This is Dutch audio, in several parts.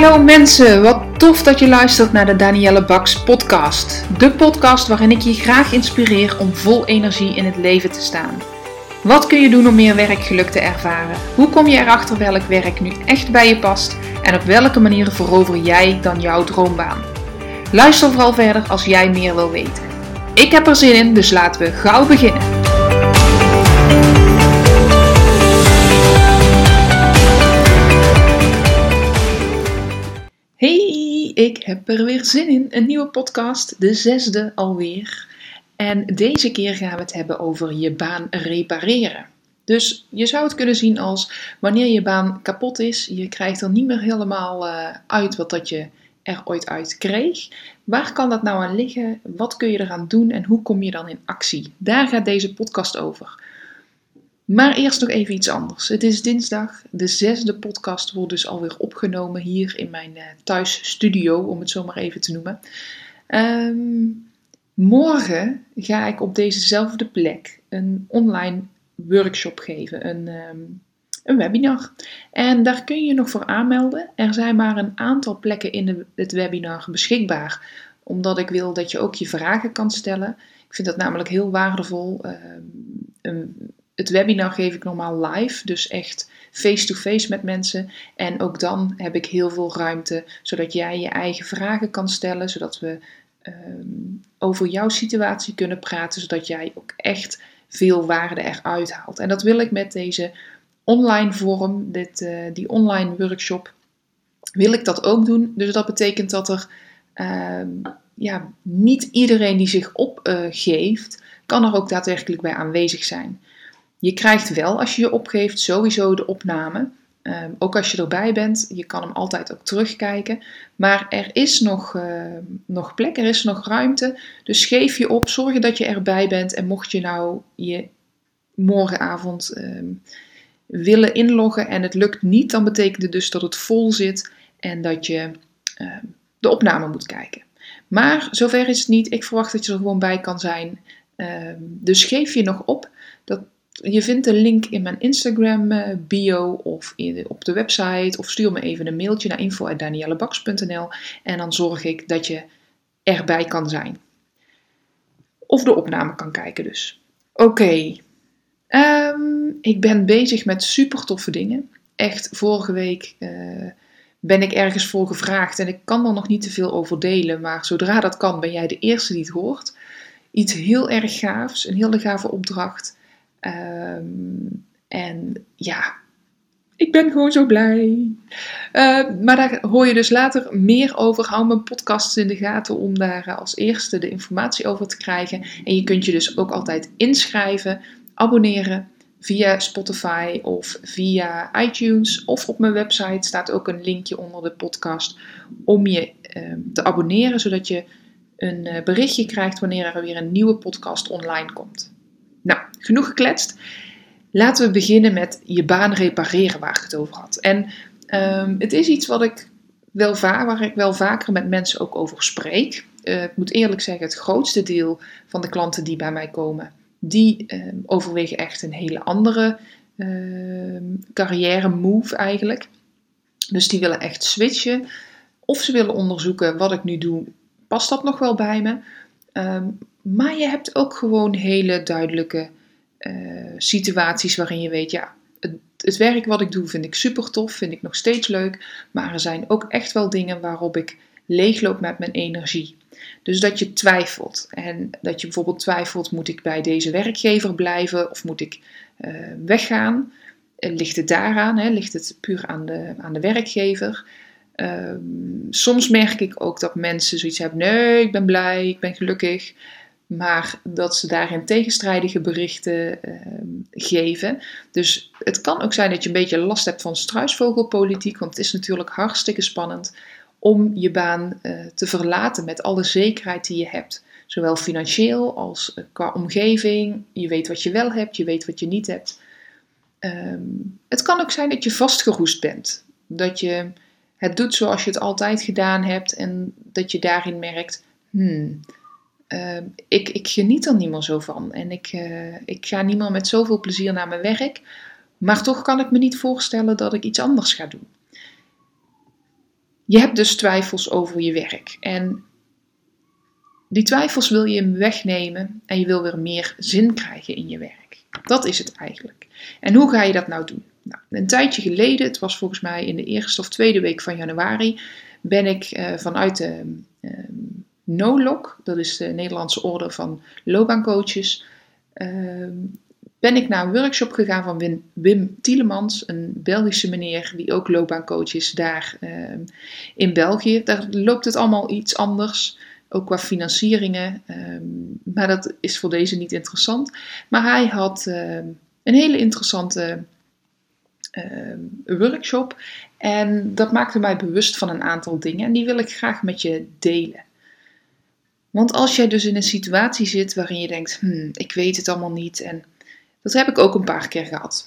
Hallo mensen, wat tof dat je luistert naar de Danielle Baks podcast. De podcast waarin ik je graag inspireer om vol energie in het leven te staan. Wat kun je doen om meer werkgeluk te ervaren? Hoe kom je erachter welk werk nu echt bij je past? En op welke manieren verover jij dan jouw droombaan? Luister vooral verder als jij meer wil weten. Ik heb er zin in, dus laten we gauw beginnen. Hey, ik heb er weer zin in. Een nieuwe podcast, de 6e alweer. En deze keer gaan we het hebben over je baan repareren. Dus je zou het kunnen zien als wanneer je baan kapot is, je krijgt er niet meer helemaal uit wat dat je er ooit uit kreeg. Waar kan dat nou aan liggen? Wat kun je eraan doen en hoe kom je dan in actie? Daar gaat deze podcast over. Maar eerst nog even iets anders. Het is dinsdag, de 6e podcast wordt dus alweer opgenomen hier in mijn thuisstudio, om het zo maar even te noemen. Morgen ga ik op dezezelfde plek een online workshop geven, een webinar. En daar kun je nog voor aanmelden. Er zijn maar een aantal plekken in het webinar beschikbaar, omdat ik wil dat je ook je vragen kan stellen. Ik vind dat namelijk heel waardevol. Het webinar geef ik normaal live, dus echt face-to-face met mensen. En ook dan heb ik heel veel ruimte, zodat jij je eigen vragen kan stellen, zodat we over jouw situatie kunnen praten, zodat jij ook echt veel waarde eruit haalt. En dat wil ik met deze online vorm, die online workshop, wil ik dat ook doen. Dus dat betekent dat er niet iedereen die zich opgeeft, kan er ook daadwerkelijk bij aanwezig zijn. Je krijgt wel, als je je opgeeft, sowieso de opname. Ook als je erbij bent, je kan hem altijd ook terugkijken. Maar er is nog plek, er is nog ruimte. Dus geef je op, zorg dat je erbij bent. En mocht je nou je morgenavond willen inloggen en het lukt niet, dan betekent het dus dat het vol zit en dat je de opname moet kijken. Maar zover is het niet. Ik verwacht dat je er gewoon bij kan zijn. Dus geef je nog op. Je vindt de link in mijn Instagram bio of op de website, of stuur me even een mailtje naar info@daniellebaks.nl en dan zorg ik dat je erbij kan zijn. Of de opname kan kijken dus. Oké. Ik ben bezig met super toffe dingen. Echt, vorige week ben ik ergens voor gevraagd en ik kan er nog niet te veel over delen, maar zodra dat kan ben jij de eerste die het hoort. Iets heel erg gaafs, een hele gave opdracht. En ja, ik ben gewoon zo blij. Maar daar hoor je dus later meer over. Hou mijn podcasts in de gaten om daar als eerste de informatie over te krijgen. En je kunt je dus ook altijd inschrijven, abonneren via Spotify of via iTunes. Of op mijn website staat ook een linkje onder de podcast om je te abonneren, zodat je een berichtje krijgt wanneer er weer een nieuwe podcast online komt. Nou, genoeg gekletst. Laten we beginnen met je baan repareren, waar ik het over had. En het is iets waar ik wel vaker met mensen ook over spreek. Ik moet eerlijk zeggen, het grootste deel van de klanten die bij mij komen, die overwegen echt een hele andere carrière move eigenlijk. Dus die willen echt switchen. Of ze willen onderzoeken, wat ik nu doe, past dat nog wel bij me? Maar je hebt ook gewoon hele duidelijke situaties waarin je weet, ja, het werk wat ik doe vind ik super tof, vind ik nog steeds leuk, maar er zijn ook echt wel dingen waarop ik leegloop met mijn energie. Dus dat je twijfelt en dat je bijvoorbeeld twijfelt, moet ik bij deze werkgever blijven of moet ik weggaan? Ligt het daaraan? Ligt het puur aan de werkgever? Soms merk ik ook dat mensen zoiets hebben, nee, ik ben blij, ik ben gelukkig, maar dat ze daarin tegenstrijdige berichten geven. Dus het kan ook zijn dat je een beetje last hebt van struisvogelpolitiek, want het is natuurlijk hartstikke spannend om je baan te verlaten met alle zekerheid die je hebt. Zowel financieel als qua omgeving. Je weet wat je wel hebt, je weet wat je niet hebt. Het kan ook zijn dat je vastgeroest bent. Dat je het doet zoals je het altijd gedaan hebt en dat je daarin merkt, ik geniet er niet meer zo van. En ik ga niet meer met zoveel plezier naar mijn werk, maar toch kan ik me niet voorstellen dat ik iets anders ga doen. je hebt dus twijfels over je werk. En die twijfels wil je wegnemen en je wil weer meer zin krijgen in je werk. Dat is het eigenlijk. En hoe ga je dat nou doen? Nou, een tijdje geleden, het was volgens mij in de eerste of tweede week van januari, ben ik vanuit de NOLOC, dat is de Nederlandse Orde van Loopbaancoaches, ben ik naar een workshop gegaan van Wim Tielemans, een Belgische meneer die ook loopbaancoach is daar in België. Daar loopt het allemaal iets anders, ook qua financieringen, maar dat is voor deze niet interessant. Maar hij had een hele interessante workshop en dat maakte mij bewust van een aantal dingen en die wil ik graag met je delen. Want als jij dus in een situatie zit waarin je denkt, ik weet het allemaal niet, en dat heb ik ook een paar keer gehad.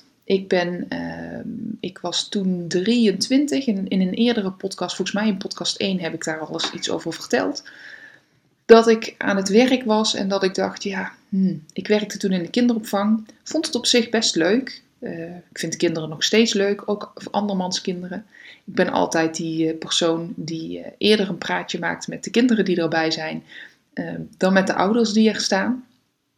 Ik was toen 23 en in een eerdere podcast, volgens mij in podcast 1 heb ik daar al eens iets over verteld, dat ik aan het werk was en dat ik dacht, ik werkte toen in de kinderopvang, vond het op zich best leuk. Ik vind kinderen nog steeds leuk, ook andermans kinderen. Ik ben altijd die persoon die eerder een praatje maakt met de kinderen die erbij zijn, dan met de ouders die er staan.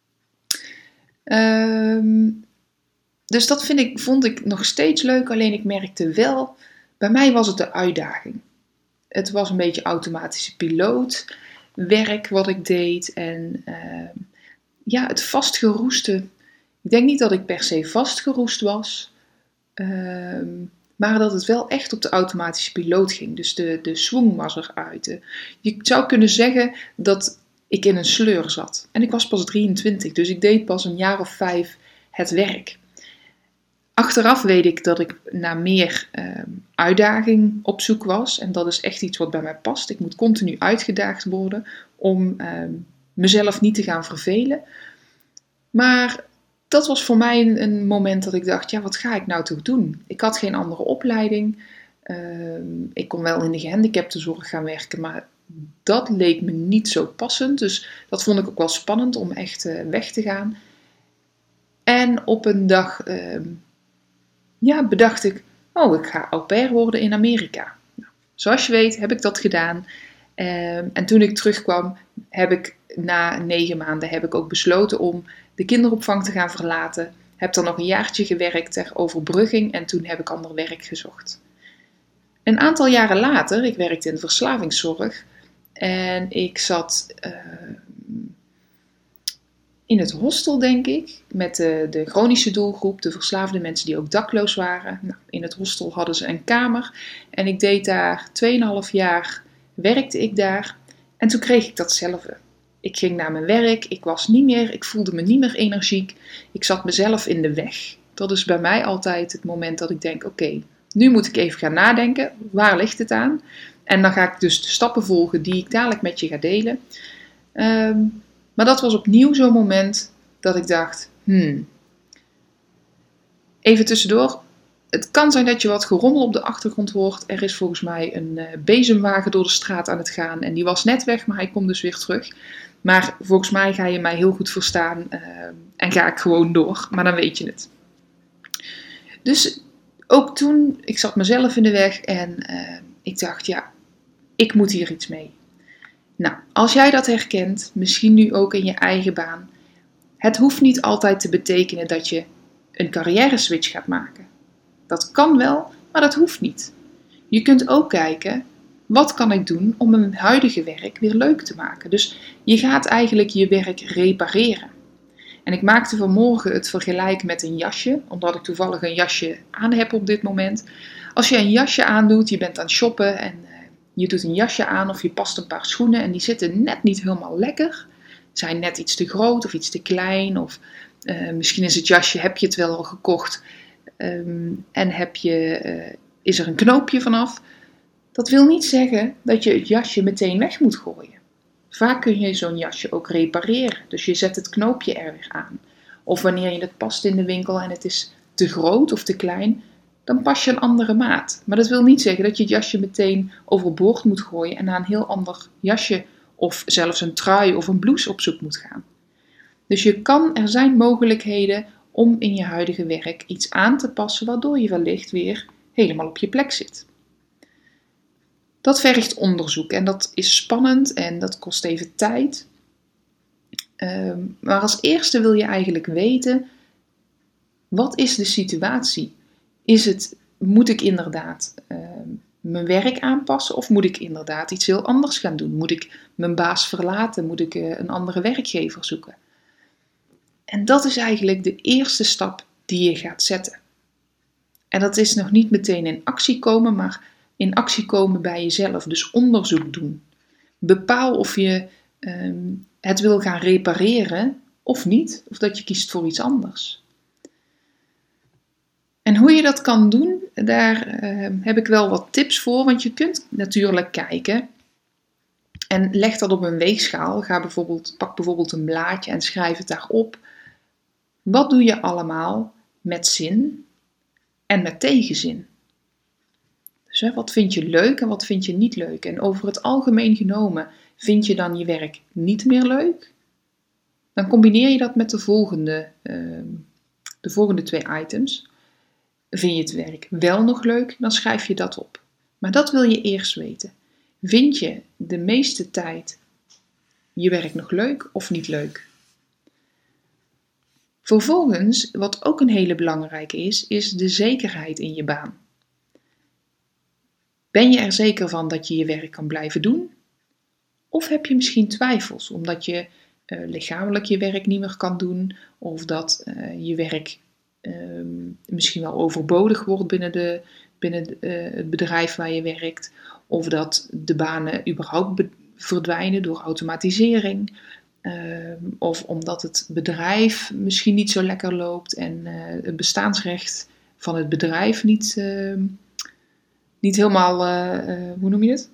Dus dat vond ik nog steeds leuk, alleen ik merkte wel, bij mij was het de uitdaging. Het was een beetje automatische pilootwerk wat ik deed en het vastgeroeste. Ik denk niet dat ik per se vastgeroest was, maar dat het wel echt op de automatische piloot ging. Dus de swing was eruit. Je zou kunnen zeggen dat ik in een sleur zat. En ik was pas 23, dus ik deed pas een jaar of 5 het werk. Achteraf weet ik dat ik naar meer uitdaging op zoek was. En dat is echt iets wat bij mij past. Ik moet continu uitgedaagd worden om mezelf niet te gaan vervelen. Maar dat was voor mij een moment dat ik dacht, wat ga ik nou toch doen? Ik had geen andere opleiding. Ik kon wel in de gehandicaptenzorg gaan werken, maar dat leek me niet zo passend. Dus dat vond ik ook wel spannend om echt weg te gaan. En op een dag bedacht ik, ik ga au pair worden in Amerika. Nou, zoals je weet heb ik dat gedaan. En toen ik terugkwam, heb ik na 9 maanden ook besloten om de kinderopvang te gaan verlaten. Heb dan nog een jaartje gewerkt ter overbrugging en toen heb ik ander werk gezocht. Een aantal jaren later, ik werkte in de verslavingszorg en ik zat in het hostel, denk ik, met de chronische doelgroep, de verslaafde mensen die ook dakloos waren. Nou, in het hostel hadden ze een kamer en ik deed daar 2,5 jaar, werkte ik daar en toen kreeg ik datzelfde. Ik ging naar mijn werk, ik voelde me niet meer energiek, ik zat mezelf in de weg. Dat is bij mij altijd het moment dat ik denk, oké, nu moet ik even gaan nadenken, waar ligt het aan? En dan ga ik dus de stappen volgen die ik dadelijk met je ga delen. Maar dat was opnieuw zo'n moment dat ik dacht, even tussendoor. Het kan zijn dat je wat gerommel op de achtergrond hoort. Er is volgens mij een bezemwagen door de straat aan het gaan. En die was net weg, maar hij komt dus weer terug. Maar volgens mij ga je mij heel goed verstaan. En ga ik gewoon door. Maar dan weet je het. Dus ook toen, ik zat mezelf in de weg. En ik dacht, ik moet hier iets mee. Nou, als jij dat herkent, misschien nu ook in je eigen baan. Het hoeft niet altijd te betekenen dat je een carrière switch gaat maken. Dat kan wel, maar dat hoeft niet. Je kunt ook kijken, wat kan ik doen om mijn huidige werk weer leuk te maken? Dus je gaat eigenlijk je werk repareren. En ik maakte vanmorgen het vergelijk met een jasje, omdat ik toevallig een jasje aan heb op dit moment. Als je een jasje aandoet, je bent aan het shoppen en je doet een jasje aan of je past een paar schoenen en die zitten net niet helemaal lekker. Zijn net iets te groot of iets te klein of misschien is het jasje, heb je het wel al gekocht en is er een knoopje vanaf. Dat wil niet zeggen dat je het jasje meteen weg moet gooien. Vaak kun je zo'n jasje ook repareren. Dus je zet het knoopje er weer aan. Of wanneer je het past in de winkel en het is te groot of te klein, dan pas je een andere maat. Maar dat wil niet zeggen dat je het jasje meteen overboord moet gooien en naar een heel ander jasje of zelfs een trui of een blouse op zoek moet gaan. Dus er zijn mogelijkheden om in je huidige werk iets aan te passen waardoor je wellicht weer helemaal op je plek zit. Dat vergt onderzoek en dat is spannend en dat kost even tijd. Maar als eerste wil je eigenlijk weten, wat is de situatie? Moet ik inderdaad mijn werk aanpassen of moet ik inderdaad iets heel anders gaan doen? Moet ik mijn baas verlaten? Moet ik een andere werkgever zoeken? En dat is eigenlijk de eerste stap die je gaat zetten. En dat is nog niet meteen in actie komen, maar in actie komen bij jezelf. Dus onderzoek doen. Bepaal of je het wil gaan repareren of niet. Of dat je kiest voor iets anders. En hoe je dat kan doen, daar heb ik wel wat tips voor. Want je kunt natuurlijk kijken en leg dat op een weegschaal. Pak bijvoorbeeld een blaadje en schrijf het daarop. Wat doe je allemaal met zin en met tegenzin? Dus wat vind je leuk en wat vind je niet leuk? En over het algemeen genomen, vind je dan je werk niet meer leuk? Dan combineer je dat met de volgende 2 items. Vind je het werk wel nog leuk, dan schrijf je dat op. Maar dat wil je eerst weten. Vind je de meeste tijd je werk nog leuk of niet leuk? Vervolgens, wat ook een hele belangrijke is de zekerheid in je baan. Ben je er zeker van dat je je werk kan blijven doen? Of heb je misschien twijfels, omdat je lichamelijk je werk niet meer kan doen, of dat je werk misschien wel overbodig wordt binnen het bedrijf waar je werkt, of dat de banen überhaupt verdwijnen door automatisering, of omdat het bedrijf misschien niet zo lekker loopt en het bestaansrecht van het bedrijf niet helemaal, hoe noem je het?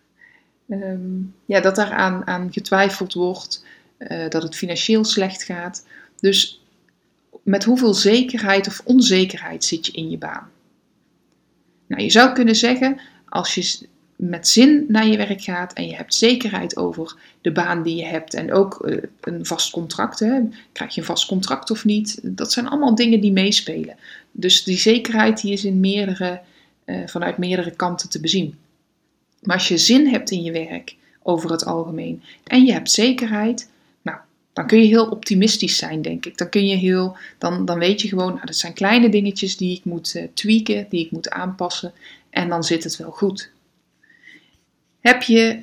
Dat daar aan getwijfeld wordt, dat het financieel slecht gaat. Dus met hoeveel zekerheid of onzekerheid zit je in je baan? Nou, je zou kunnen zeggen, als je met zin naar je werk gaat en je hebt zekerheid over de baan die je hebt en ook een vast contract, krijg je een vast contract of niet? Dat zijn allemaal dingen die meespelen. Dus die zekerheid die is vanuit meerdere kanten te bezien. Maar als je zin hebt in je werk over het algemeen en je hebt zekerheid, nou, dan kun je heel optimistisch zijn, denk ik. Dan weet je gewoon, dat zijn kleine dingetjes die ik moet tweaken, die ik moet aanpassen en dan zit het wel goed. Heb je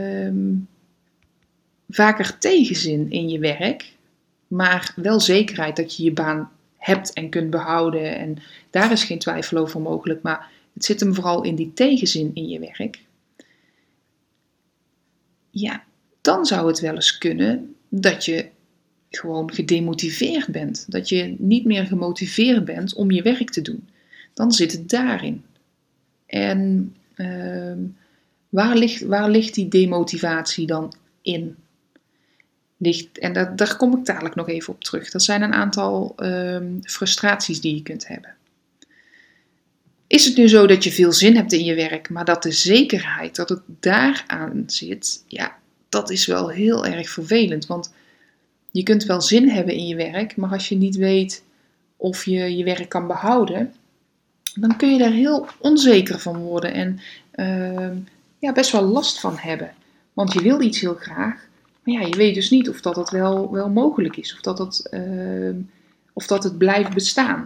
vaker tegenzin in je werk, maar wel zekerheid dat je je baan hebt en kunt behouden en daar is geen twijfel over mogelijk, maar het zit hem vooral in die tegenzin in je werk. Ja, dan zou het wel eens kunnen dat je gewoon gedemotiveerd bent. Dat je niet meer gemotiveerd bent om je werk te doen. Dan zit het daarin. En waar ligt die demotivatie dan in? En daar kom ik dadelijk nog even op terug. Dat zijn een aantal frustraties die je kunt hebben. Is het nu zo dat je veel zin hebt in je werk, maar dat de zekerheid dat het daaraan zit, ja, dat is wel heel erg vervelend. Want je kunt wel zin hebben in je werk, maar als je niet weet of je je werk kan behouden, dan kun je daar heel onzeker van worden en best wel last van hebben. Want je wil iets heel graag, maar ja, je weet dus niet of dat het wel mogelijk is, of dat het blijft bestaan.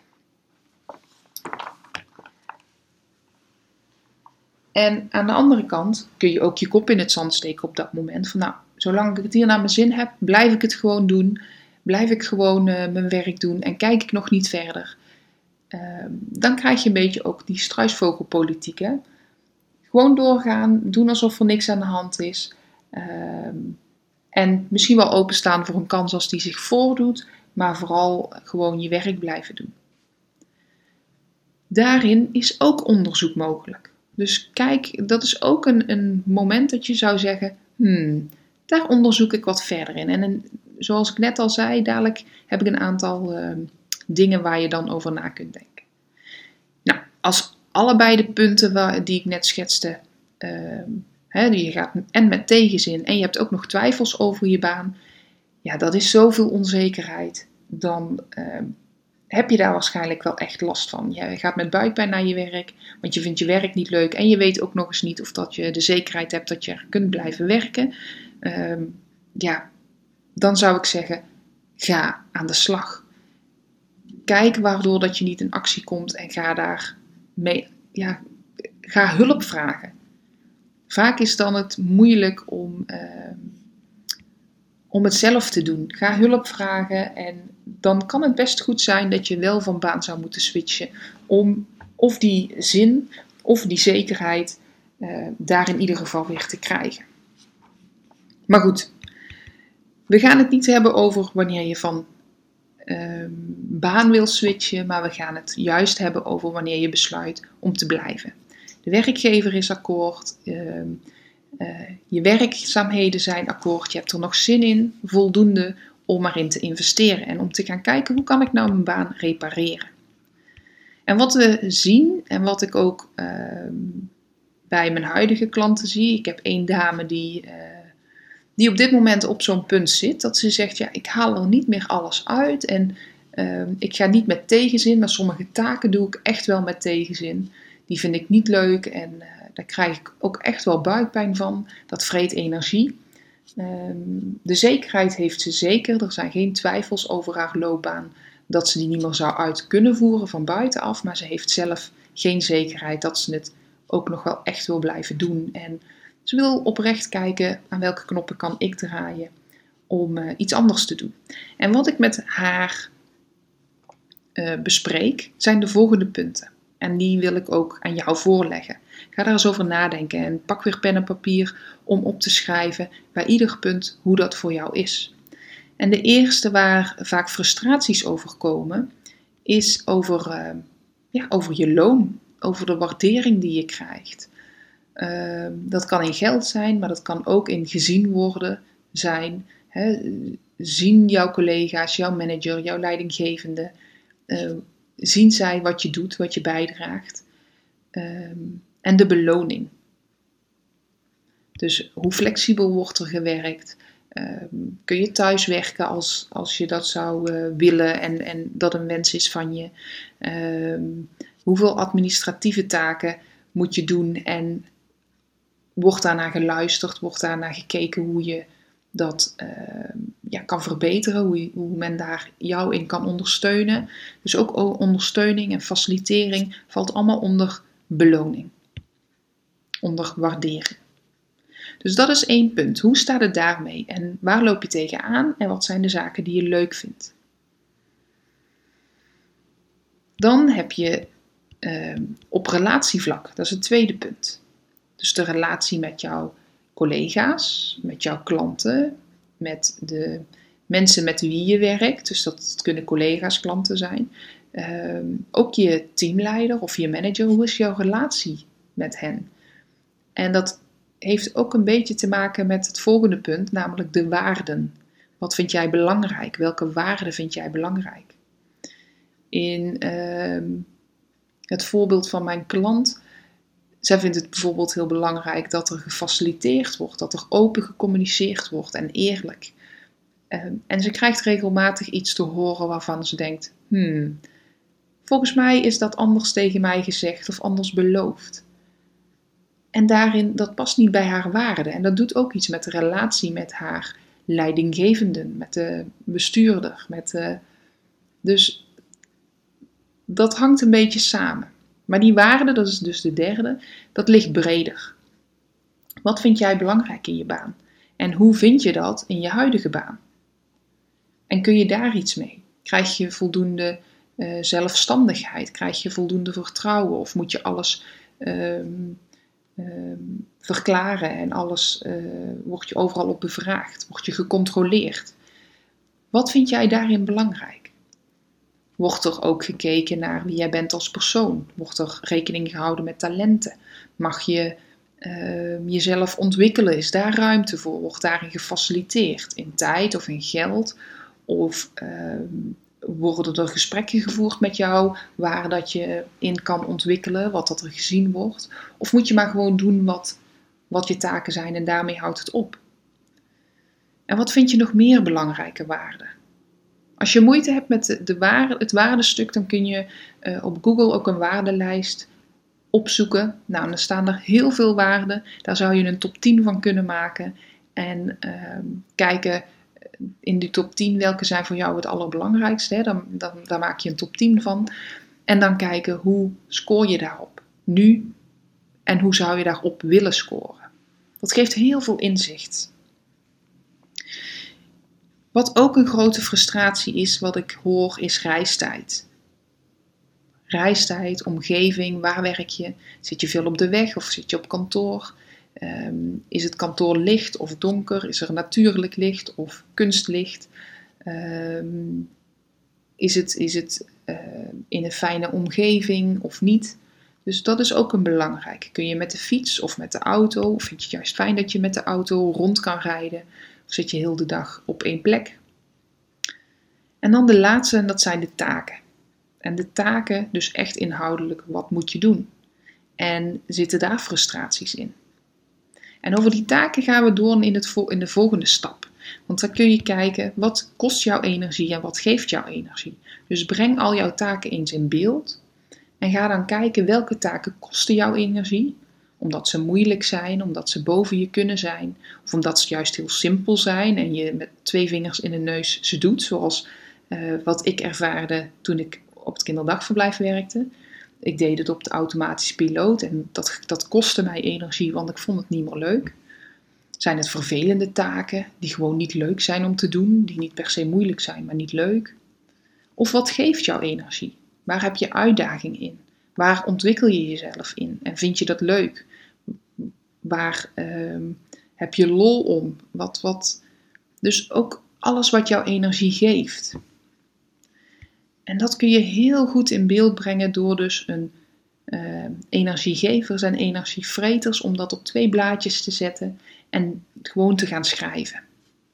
En aan de andere kant kun je ook je kop in het zand steken op dat moment. Van nou, zolang ik het hier naar mijn zin heb, blijf ik het gewoon doen. Blijf ik gewoon mijn werk doen en kijk ik nog niet verder. Dan krijg je een beetje ook die struisvogelpolitiek. Hè? Gewoon doorgaan, doen alsof er niks aan de hand is. En misschien wel openstaan voor een kans als die zich voordoet. Maar vooral gewoon je werk blijven doen. Daarin is ook onderzoek mogelijk. Dus kijk, dat is ook een moment dat je zou zeggen, daar onderzoek ik wat verder in. En zoals ik net al zei, dadelijk heb ik een aantal dingen waar je dan over na kunt denken. Nou, als allebei de punten die ik net schetste, je gaat en met tegenzin en je hebt ook nog twijfels over je baan, ja, dat is zoveel onzekerheid. Dan heb je daar waarschijnlijk wel echt last van. Je gaat met buikpijn naar je werk, want je vindt je werk niet leuk en je weet ook nog eens niet of dat je de zekerheid hebt dat je er kunt blijven werken. Dan zou ik zeggen, ga aan de slag. Kijk waardoor dat je niet in actie komt en ga hulp vragen. Vaak is dan het moeilijk om het zelf te doen. Ga hulp vragen en dan kan het best goed zijn dat je wel van baan zou moeten switchen om of die zin of die zekerheid daar in ieder geval weer te krijgen. Maar goed, we gaan het niet hebben over wanneer je van baan wil switchen, maar we gaan het juist hebben over wanneer je besluit om te blijven. De werkgever is akkoord, je werkzaamheden zijn akkoord, je hebt er nog zin in, voldoende om erin te investeren en om te gaan kijken hoe kan ik nou mijn baan repareren. En wat we zien en wat ik ook bij mijn huidige klanten zie, ik heb één dame die op dit moment op zo'n punt zit, dat ze zegt, ja, ik haal er niet meer alles uit en ik ga niet met tegenzin, maar sommige taken doe ik echt wel met tegenzin. Die vind ik niet leuk en daar krijg ik ook echt wel buikpijn van. Dat vreet energie. De zekerheid heeft ze zeker. Er zijn geen twijfels over haar loopbaan dat ze die niet meer zou uit kunnen voeren van buitenaf. Maar ze heeft zelf geen zekerheid dat ze het ook nog wel echt wil blijven doen. En ze wil oprecht kijken aan welke knoppen kan ik draaien om iets anders te doen. En wat ik met haar bespreek zijn de volgende punten. En die wil ik ook aan jou voorleggen. Ga daar eens over nadenken en pak weer pen en papier om op te schrijven bij ieder punt hoe dat voor jou is. En de eerste waar vaak frustraties over komen, is over je loon, over de waardering die je krijgt. Dat kan in geld zijn, maar dat kan ook in gezien worden zijn. Zien jouw collega's, jouw manager, jouw leidinggevende, zien zij wat je doet, wat je bijdraagt. En de beloning. Dus hoe flexibel wordt er gewerkt? Kun je thuis werken als je dat zou willen en dat een wens is van je? Hoeveel administratieve taken moet je doen? En wordt daarnaar geluisterd? Wordt daarnaar gekeken hoe je dat kan verbeteren? Hoe men daar jou in kan ondersteunen? Dus ook ondersteuning en facilitering valt allemaal onder beloning. Onder waarderen. Dus dat is 1 punt. Hoe staat het daarmee? En waar loop je tegenaan? En wat zijn de zaken die je leuk vindt? Dan heb je op relatievlak, dat is het tweede punt. Dus de relatie met jouw collega's, met jouw klanten, met de mensen met wie je werkt. Dus dat kunnen collega's, klanten zijn. Ook je teamleider of je manager. Hoe is jouw relatie met hen? En dat heeft ook een beetje te maken met het volgende punt, namelijk de waarden. Wat vind jij belangrijk? Welke waarden vind jij belangrijk? In het voorbeeld van mijn klant, zij vindt het bijvoorbeeld heel belangrijk dat er gefaciliteerd wordt, dat er open gecommuniceerd wordt en eerlijk. En ze krijgt regelmatig iets te horen waarvan ze denkt, volgens mij is dat anders tegen mij gezegd of anders beloofd. En daarin, dat past niet bij haar waarden. En dat doet ook iets met de relatie met haar leidinggevenden, met de bestuurder. Dus dat hangt een beetje samen. Maar die waarde, dat is dus de derde, dat ligt breder. Wat vind jij belangrijk in je baan? En hoe vind je dat in je huidige baan? En kun je daar iets mee? Krijg je voldoende zelfstandigheid? Krijg je voldoende vertrouwen? Of moet je alles verklaren en alles word je overal op bevraagd? Word je gecontroleerd? Wat vind jij daarin belangrijk? Wordt er ook gekeken naar wie jij bent als persoon? Wordt er rekening gehouden met talenten? Mag je jezelf ontwikkelen? Is daar ruimte voor? Wordt daarin gefaciliteerd? In tijd of in geld? Of worden er gesprekken gevoerd met jou waar dat je in kan ontwikkelen, wat dat er gezien wordt? Of moet je maar gewoon doen wat je taken zijn en daarmee houdt het op? En wat vind je nog meer belangrijke waarden? Als je moeite hebt met het waardestuk, dan kun je op Google ook een waardelijst opzoeken. Nou, dan staan er heel veel waarden. Daar zou je een top 10 van kunnen maken. En kijken in die top 10 welke zijn voor jou het allerbelangrijkste. Hè? Daar maak je een top 10 van. En dan kijken hoe scoor je daarop nu en hoe zou je daarop willen scoren. Dat geeft heel veel inzicht. Wat ook een grote frustratie is, wat ik hoor, is reistijd. Reistijd, omgeving, waar werk je? Zit je veel op de weg of zit je op kantoor? Is het kantoor licht of donker? Is er natuurlijk licht of kunstlicht? Is het in een fijne omgeving of niet? Dus dat is ook een belangrijke. Kun je met de fiets of met de auto? Of vind je het juist fijn dat je met de auto rond kan rijden? Of zit je heel de dag op één plek? En dan de laatste, en dat zijn de taken. En de taken, dus echt inhoudelijk, wat moet je doen? En zitten daar frustraties in? En over die taken gaan we door in de volgende stap. Want dan kun je kijken, wat kost jouw energie en wat geeft jouw energie? Dus breng al jouw taken eens in beeld. En ga dan kijken welke taken kosten jouw energie. Omdat ze moeilijk zijn, omdat ze boven je kunnen zijn. Of omdat ze juist heel simpel zijn en je met 2 vingers in de neus ze doet. Zoals wat ik ervaarde toen ik op het kinderdagverblijf werkte. Ik deed het op de automatische piloot en dat kostte mij energie, want ik vond het niet meer leuk. Zijn het vervelende taken die gewoon niet leuk zijn om te doen, die niet per se moeilijk zijn, maar niet leuk? Of wat geeft jouw energie? Waar heb je uitdaging in? Waar ontwikkel je jezelf in? En vind je dat leuk? Waar heb je lol om? Dus ook alles wat jouw energie geeft. En dat kun je heel goed in beeld brengen door dus een energiegevers en energievreters, om dat op 2 blaadjes te zetten en gewoon te gaan schrijven.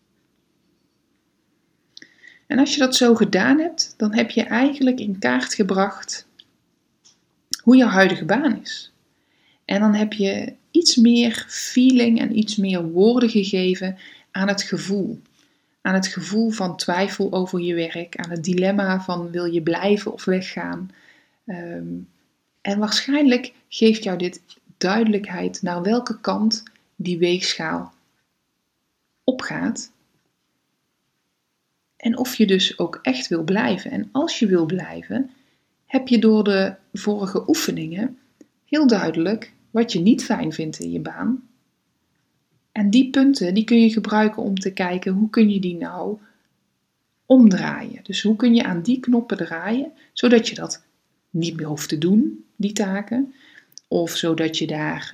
En als je dat zo gedaan hebt, dan heb je eigenlijk in kaart gebracht hoe je huidige baan is. En dan heb je iets meer feeling en iets meer woorden gegeven aan het gevoel. Aan het gevoel van twijfel over je werk, aan het dilemma van wil je blijven of weggaan. En waarschijnlijk geeft jou dit duidelijkheid naar welke kant die weegschaal opgaat. En of je dus ook echt wil blijven. En als je wil blijven, heb je door de vorige oefeningen heel duidelijk wat je niet fijn vindt in je baan. En die punten die kun je gebruiken om te kijken hoe kun je die nou omdraaien. Dus hoe kun je aan die knoppen draaien, zodat je dat niet meer hoeft te doen, die taken. Of zodat je daar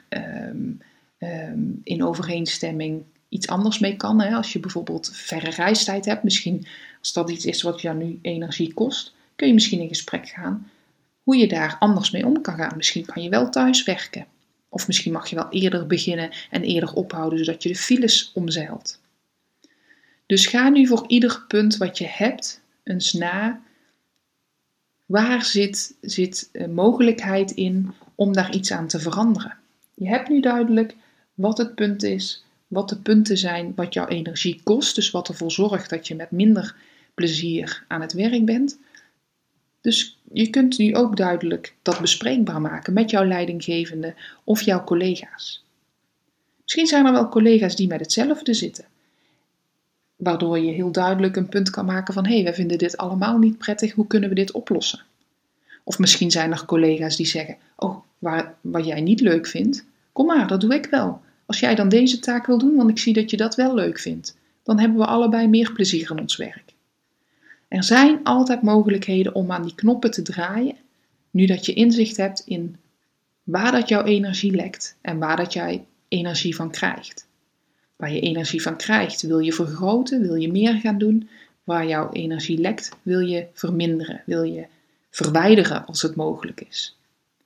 in overeenstemming iets anders mee kan. Hè? Als je bijvoorbeeld verre reistijd hebt, misschien als dat iets is wat jou nu energie kost, kun je misschien in gesprek gaan hoe je daar anders mee om kan gaan. Misschien kan je wel thuis werken. Of misschien mag je wel eerder beginnen en eerder ophouden, zodat je de files omzeilt. Dus ga nu voor ieder punt wat je hebt eens na. Waar zit mogelijkheid in om daar iets aan te veranderen? Je hebt nu duidelijk wat het punt is, wat de punten zijn wat jouw energie kost. Dus wat ervoor zorgt dat je met minder plezier aan het werk bent. Dus je kunt nu ook duidelijk dat bespreekbaar maken met jouw leidinggevende of jouw collega's. Misschien zijn er wel collega's die met hetzelfde zitten. Waardoor je heel duidelijk een punt kan maken van wij vinden dit allemaal niet prettig, hoe kunnen we dit oplossen? Of misschien zijn er collega's die zeggen, wat jij niet leuk vindt, kom maar, dat doe ik wel. Als jij dan deze taak wil doen, want ik zie dat je dat wel leuk vindt, dan hebben we allebei meer plezier in ons werk. Er zijn altijd mogelijkheden om aan die knoppen te draaien, nu dat je inzicht hebt in waar dat jouw energie lekt en waar dat jij energie van krijgt. Waar je energie van krijgt, wil je vergroten, wil je meer gaan doen. Waar jouw energie lekt, wil je verminderen, wil je verwijderen als het mogelijk is.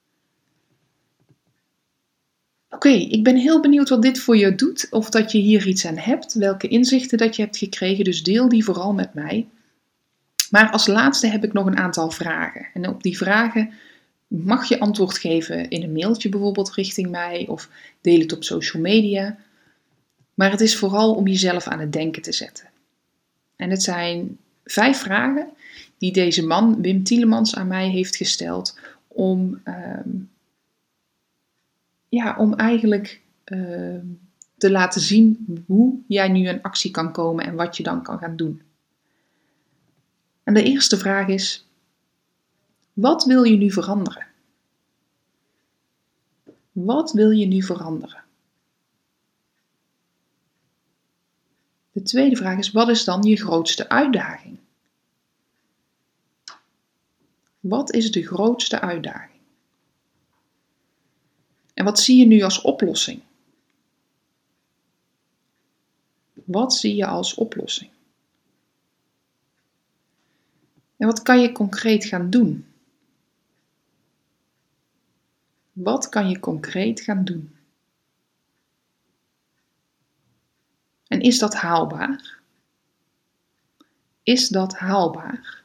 Oké, ik ben heel benieuwd wat dit voor je doet, of dat je hier iets aan hebt, welke inzichten dat je hebt gekregen, dus deel die vooral met mij. Maar als laatste heb ik nog een aantal vragen. En op die vragen mag je antwoord geven in een mailtje bijvoorbeeld richting mij of deel het op social media. Maar het is vooral om jezelf aan het denken te zetten. En het zijn 5 vragen die deze man, Wim Tielemans, aan mij heeft gesteld om eigenlijk te laten zien hoe jij nu in actie kan komen en wat je dan kan gaan doen. En de eerste vraag is: wat wil je nu veranderen? Wat wil je nu veranderen? De tweede vraag is: wat is dan je grootste uitdaging? Wat is de grootste uitdaging? En wat zie je nu als oplossing? Wat zie je als oplossing? En wat kan je concreet gaan doen? Wat kan je concreet gaan doen? En is dat haalbaar? Is dat haalbaar?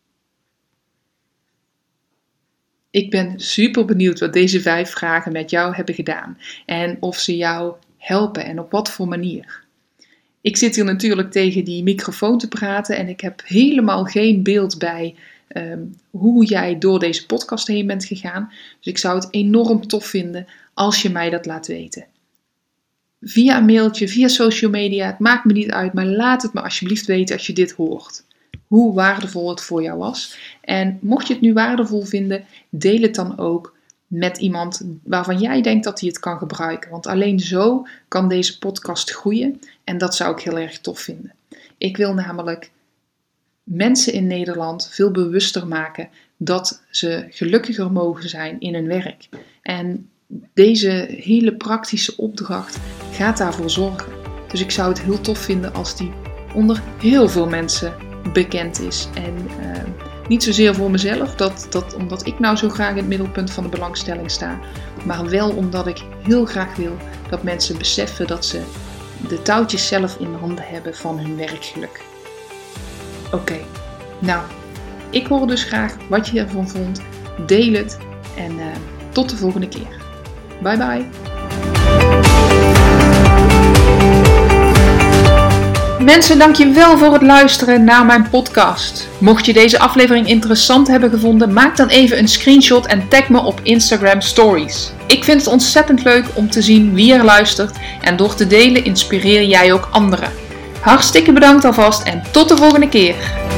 Ik ben super benieuwd wat deze 5 vragen met jou hebben gedaan en of ze jou helpen en op wat voor manier. Ik zit hier natuurlijk tegen die microfoon te praten en ik heb helemaal geen beeld bij hoe jij door deze podcast heen bent gegaan. Dus ik zou het enorm tof vinden als je mij dat laat weten. Via een mailtje, via social media, het maakt me niet uit, maar laat het me alsjeblieft weten als je dit hoort. Hoe waardevol het voor jou was. En mocht je het nu waardevol vinden, deel het dan ook met iemand waarvan jij denkt dat hij het kan gebruiken. Want alleen zo kan deze podcast groeien en dat zou ik heel erg tof vinden. Ik wil namelijk mensen in Nederland veel bewuster maken dat ze gelukkiger mogen zijn in hun werk. En deze hele praktische opdracht gaat daarvoor zorgen. Dus ik zou het heel tof vinden als die onder heel veel mensen bekend is. En niet zozeer voor mezelf, omdat ik nou zo graag in het middelpunt van de belangstelling sta. Maar wel omdat ik heel graag wil dat mensen beseffen dat ze de touwtjes zelf in handen hebben van hun werkgeluk. Oké, nou, ik hoor dus graag wat je ervan vond. Deel het en tot de volgende keer. Bye bye. Mensen, dankjewel voor het luisteren naar mijn podcast. Mocht je deze aflevering interessant hebben gevonden, maak dan even een screenshot en tag me op Instagram Stories. Ik vind het ontzettend leuk om te zien wie er luistert en door te delen inspireer jij ook anderen. Hartstikke bedankt alvast en tot de volgende keer.